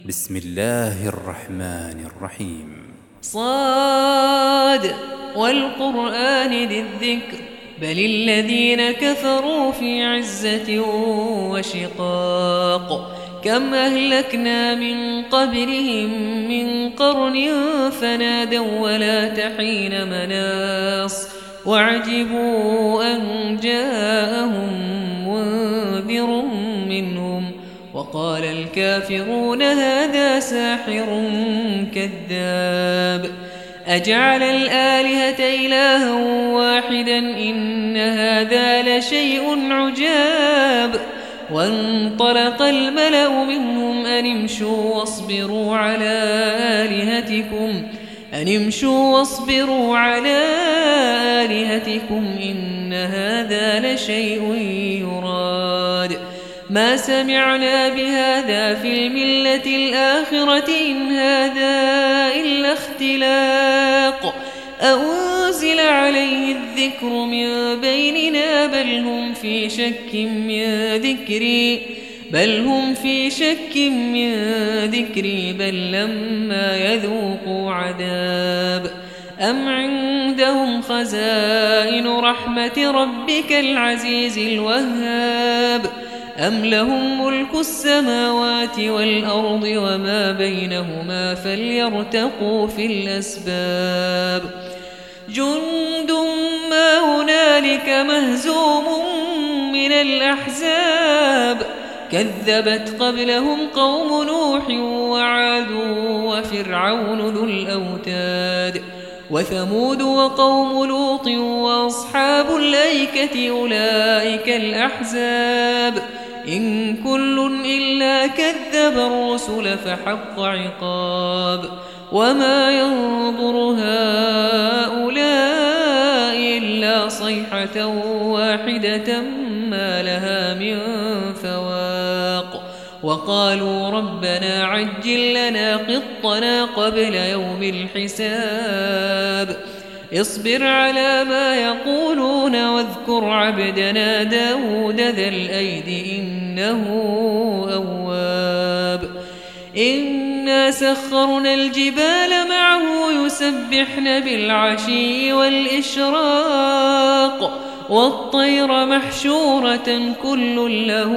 بسم الله الرحمن الرحيم. صاد والقرآن ذي الذكر بل الذين كفروا في عزة وشقاق كم أهلكنا من قبلهم من قرن فنادوا ولا تحين مناص وعجبوا أن جاءهم منذر منهم وقال الكافرون هذا ساحر كذاب أجعل الآلهة إلها واحدا إن هذا لشيء عجاب وانطلق الملأ منهم أن امشوا واصبروا على آلهتكم إن هذا لشيء يراد ما سمعنا بهذا في الملة الآخرة إن هذا إلا اختلاق أنزل عليه الذكر من بيننا بل هم في شك من ذكري بل لما يذوقوا عذاب أم عندهم خزائن رحمة ربك العزيز الوهاب أم لهم ملك السماوات والأرض وما بينهما فليرتقوا في الأسباب جند ما هنالك مهزوم من الأحزاب كذبت قبلهم قوم نوح وعاد وفرعون ذو الأوتاد وثمود وقوم لوط وأصحاب الأيكة أولئك الأحزاب إن كل إلا كذب الرسل فحق عقاب وما ينظر هؤلاء إلا صيحة واحدة ما لها من فواق وقالوا ربنا عجل لنا قطنا قبل يوم الحساب اصبر على ما يقولون واذكر عبدنا داود ذا الأيد إنه أواب إنا سخرنا الجبال معه يسبحن بالعشي والإشراق والطير محشورة كل له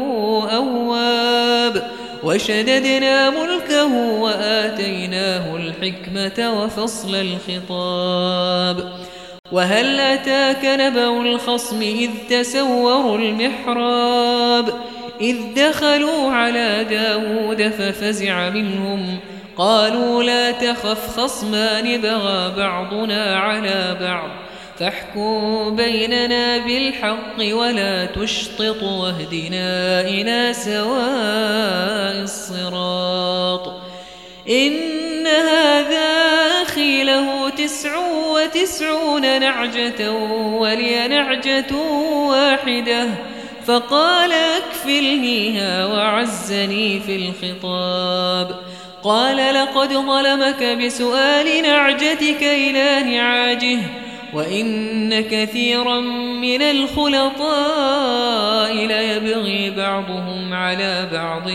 أواب وشددنا ملكه وآتيناه الحكمة وفصل الخطاب وهل أتاك نبأ الخصم إذ تسوروا المحراب إذ دخلوا على داود ففزع منهم قالوا لا تخف خصمان بغى بعضنا على بعض فاحكم بيننا بالحق ولا تشطط واهدنا إلى سواء الصراط إن هذا أخي له 99 نعجة ولي نعجة واحدة فقال أكفلنيها وعزني في الخطاب قال لقد ظلمك بسؤال نعجتك إلى نعاجه وإن كثيرا من الخلطاء ليبغي بعضهم على بعض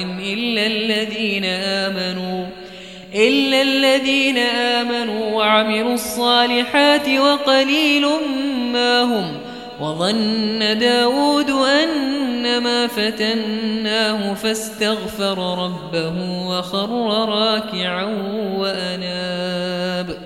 إلا الذين آمنوا وعملوا الصالحات وقليل ما هم وظن داود أنما فتناه فاستغفر ربه وخر راكعا وأناب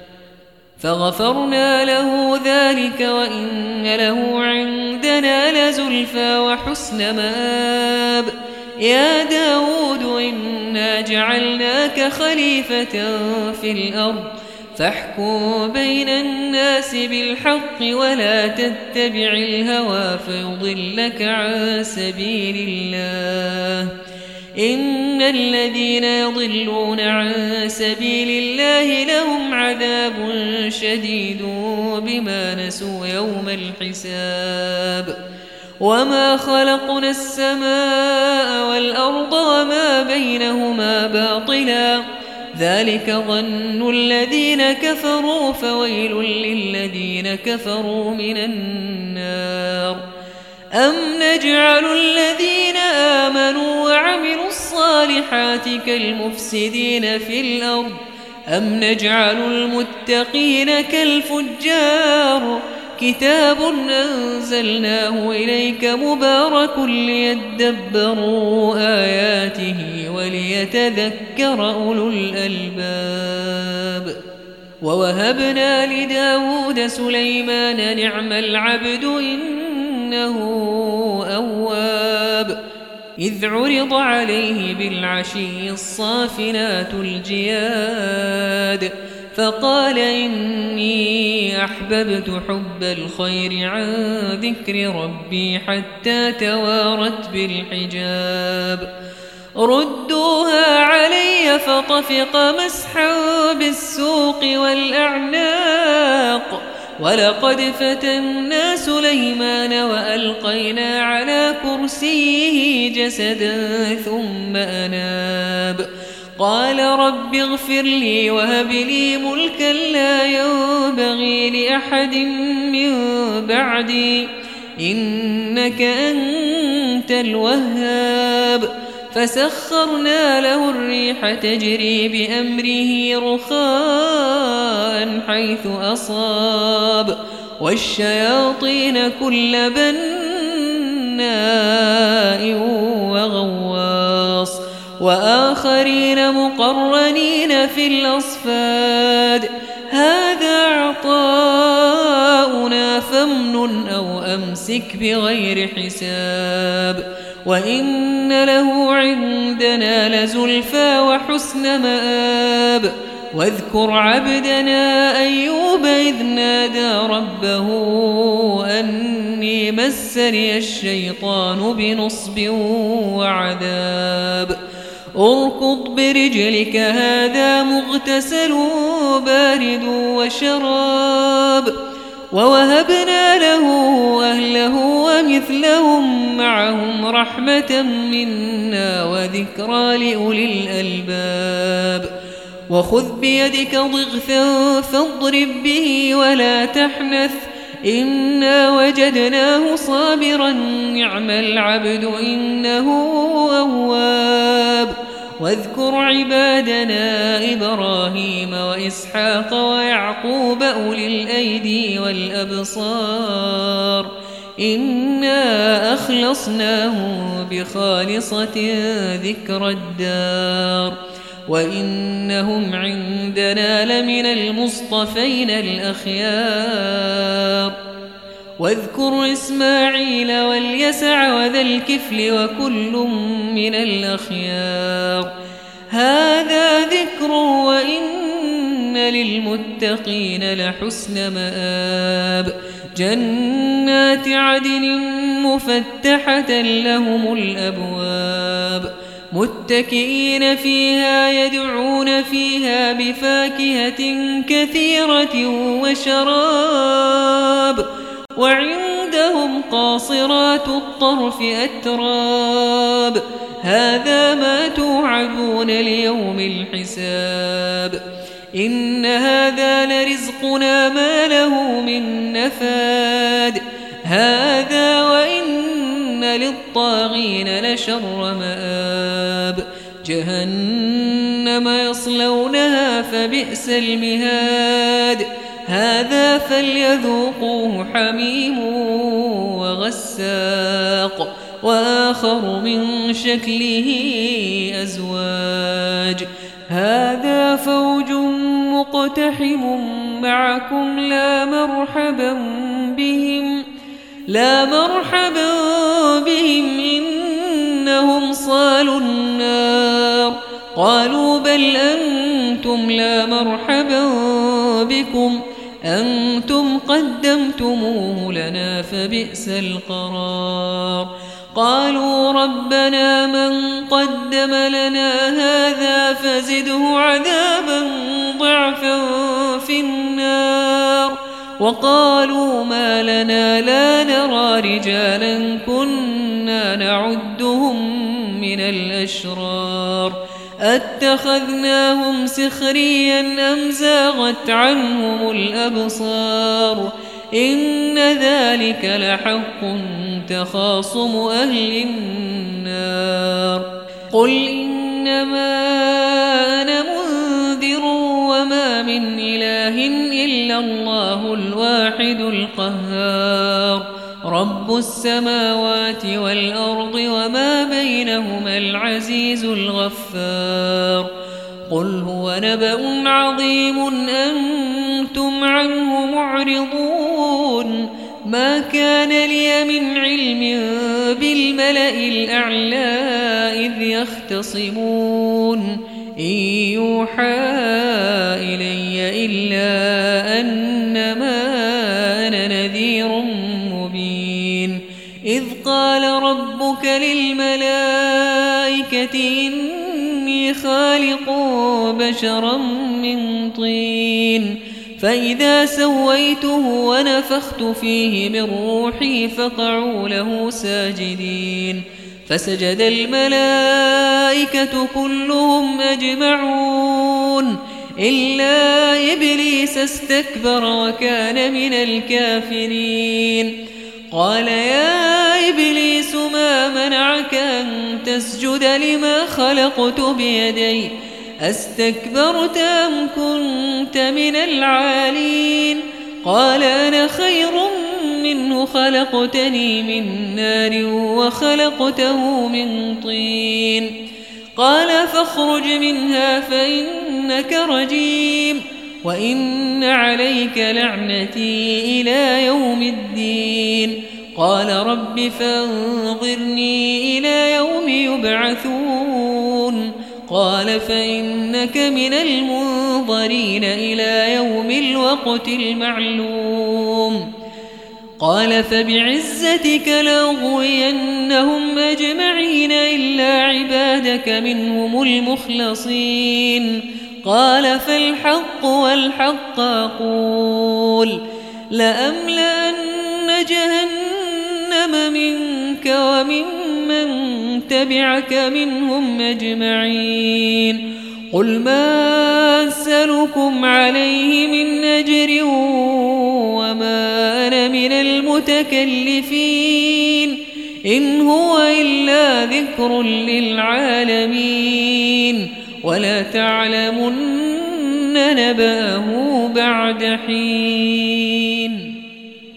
فغفرنا له ذلك وإن له عندنا لزلفى وحسن مآب يا داود إنا جعلناك خليفة في الأرض فاحكم بين الناس بالحق ولا تتبع الهوى فيضلك عن سبيل الله إن الذين يضلون عن سبيل الله لهم عذاب شديد بما نسوا يوم الحساب وما خلقنا السماء والأرض وما بينهما باطلا ذلك ظن الذين كفروا فويل للذين كفروا من النار أم نجعل الذين آمنوا وعملوا الصالحات كالمفسدين في الأرض أم نجعل المتقين كالفجار كتاب أنزلناه إليك مبارك ليدبروا آياته وليتذكر أولو الألباب ووهبنا لداود سليمان نعم العبد إنه أواب إذ عرض عليه بالعشي الصافنات الجياد فقال إني أحببت حب الخير عن ذكر ربي حتى توارت بالحجاب ردوها علي فطفق مسحا بالسوق والأعناق ولقد فتنا سليمان وألقينا على كرسيه جسدا ثم أناب قال رب اغفر لي وهب لي ملكا لا ينبغي لأحد من بعدي إنك أنت الوهاب فسخرنا له الريح تجري بأمره رخاء حيث أصاب والشياطين كل بناء وغواص وآخرين مقرنين في الأصفاد هذا عطاؤنا فامنن أو أمسك بغير حساب وإن له عندنا لزلفى وحسن مآب واذكر عبدنا أيوب إذ نادى ربه أني مسني الشيطان بنصب وعذاب اركض برجلك هذا مغتسل بارد وشراب ووهبنا له أهله ومثلهم معهم رحمة منا وذكرى لأولي الألباب وخذ بيدك ضغثا فاضرب به ولا تحنث إنا وجدناه صابرا نعم العبد إنه أواب واذكر عبادنا إبراهيم وإسحاق ويعقوب أولي الأيدي والأبصار إنا أخلصناهم بخالصة ذكر الدار وإنهم عندنا لمن المصطفين الأخيار واذكر إسماعيل واليسع وذا الكفل وكل من الأخيار هذا ذكر وإن للمتقين لحسن مآب جنات عدن مفتحة لهم الأبواب متكئين فيها يدعون فيها بفاكهة كثيرة وشراب وعندهم قاصرات الطرف أتراب هذا ما توعدون ليوم الحساب إن هذا لرزقنا ما له من نفاد هذا وإن للطاغين لشر مآب جهنم يصلونها فبئس المهاد هذا فليذوقوه حميم وغساق وآخر من شكله أزواج هذا فوج مقتحم معكم لا مرحبا بهم إنهم صالوا النار قالوا بل أنتم لا مرحبا بكم أنتم قدمتموه لنا فبئس القرار قالوا ربنا من قدم لنا هذا فزده عذابا ضعفا في النار وقالوا ما لنا لا نرى رجالا كنا نعدهم من الأشرار أتخذناهم سخريا أم زاغت عنهم الأبصار إن ذلك لحق تخاصم أهل النار قل إنما أنا منذر وما من إله إلا الله الواحد القهار رب السماوات والأرض وما بينهما العزيز الغفار قل هو نبأ عظيم أنتم عنه معرضون ما كان لي من علم بالملأ الأعلى إذ يختصمون إن يوحى إلي إلا أنما أنا نذير مبين إذ قال ربك للملائكة إني خالق بشرا من طين فإذا سويته ونفخت فيه من روحي فقعوا له ساجدين فسجد الملائكة كلهم أجمعون إلا إبليس استكبر وكان من الكافرين قال يا إبليس ما منعك أن تسجد لما خلقت بيدي أستكبرت أم كنت من العالين قال أنا خير منه خلقتني من نار وخلقته من طين قال فاخرج منها فإنك رجيم وإن عليك لعنتي إلى يوم الدين قال رب فانظرني إلى يوم يبعثون قال فإنك من المنظرين إلى يوم الوقت المعلوم قال فبعزتك لأغوينهم أجمعين إلا عبادك منهم المخلصين قال فالحق والحق أقول لأملأن جهنم منك وممن تبعك منهم أجمعين قل ما أسألكم عليه من أجر وما أنا من المتكلفين إن هو إلا ذكر للعالمين ولا تعلمن نبأه بعد حين